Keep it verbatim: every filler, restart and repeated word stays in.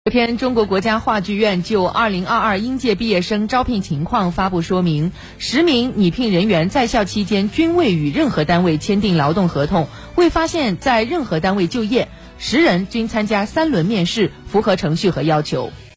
昨天，中国国家话剧院就二零二二应届毕业生招聘情况发布说明，十名拟聘人员在校期间均未与任何单位签订劳动合同，未发现在任何单位就业，十人均参加三轮面试，符合程序和要求。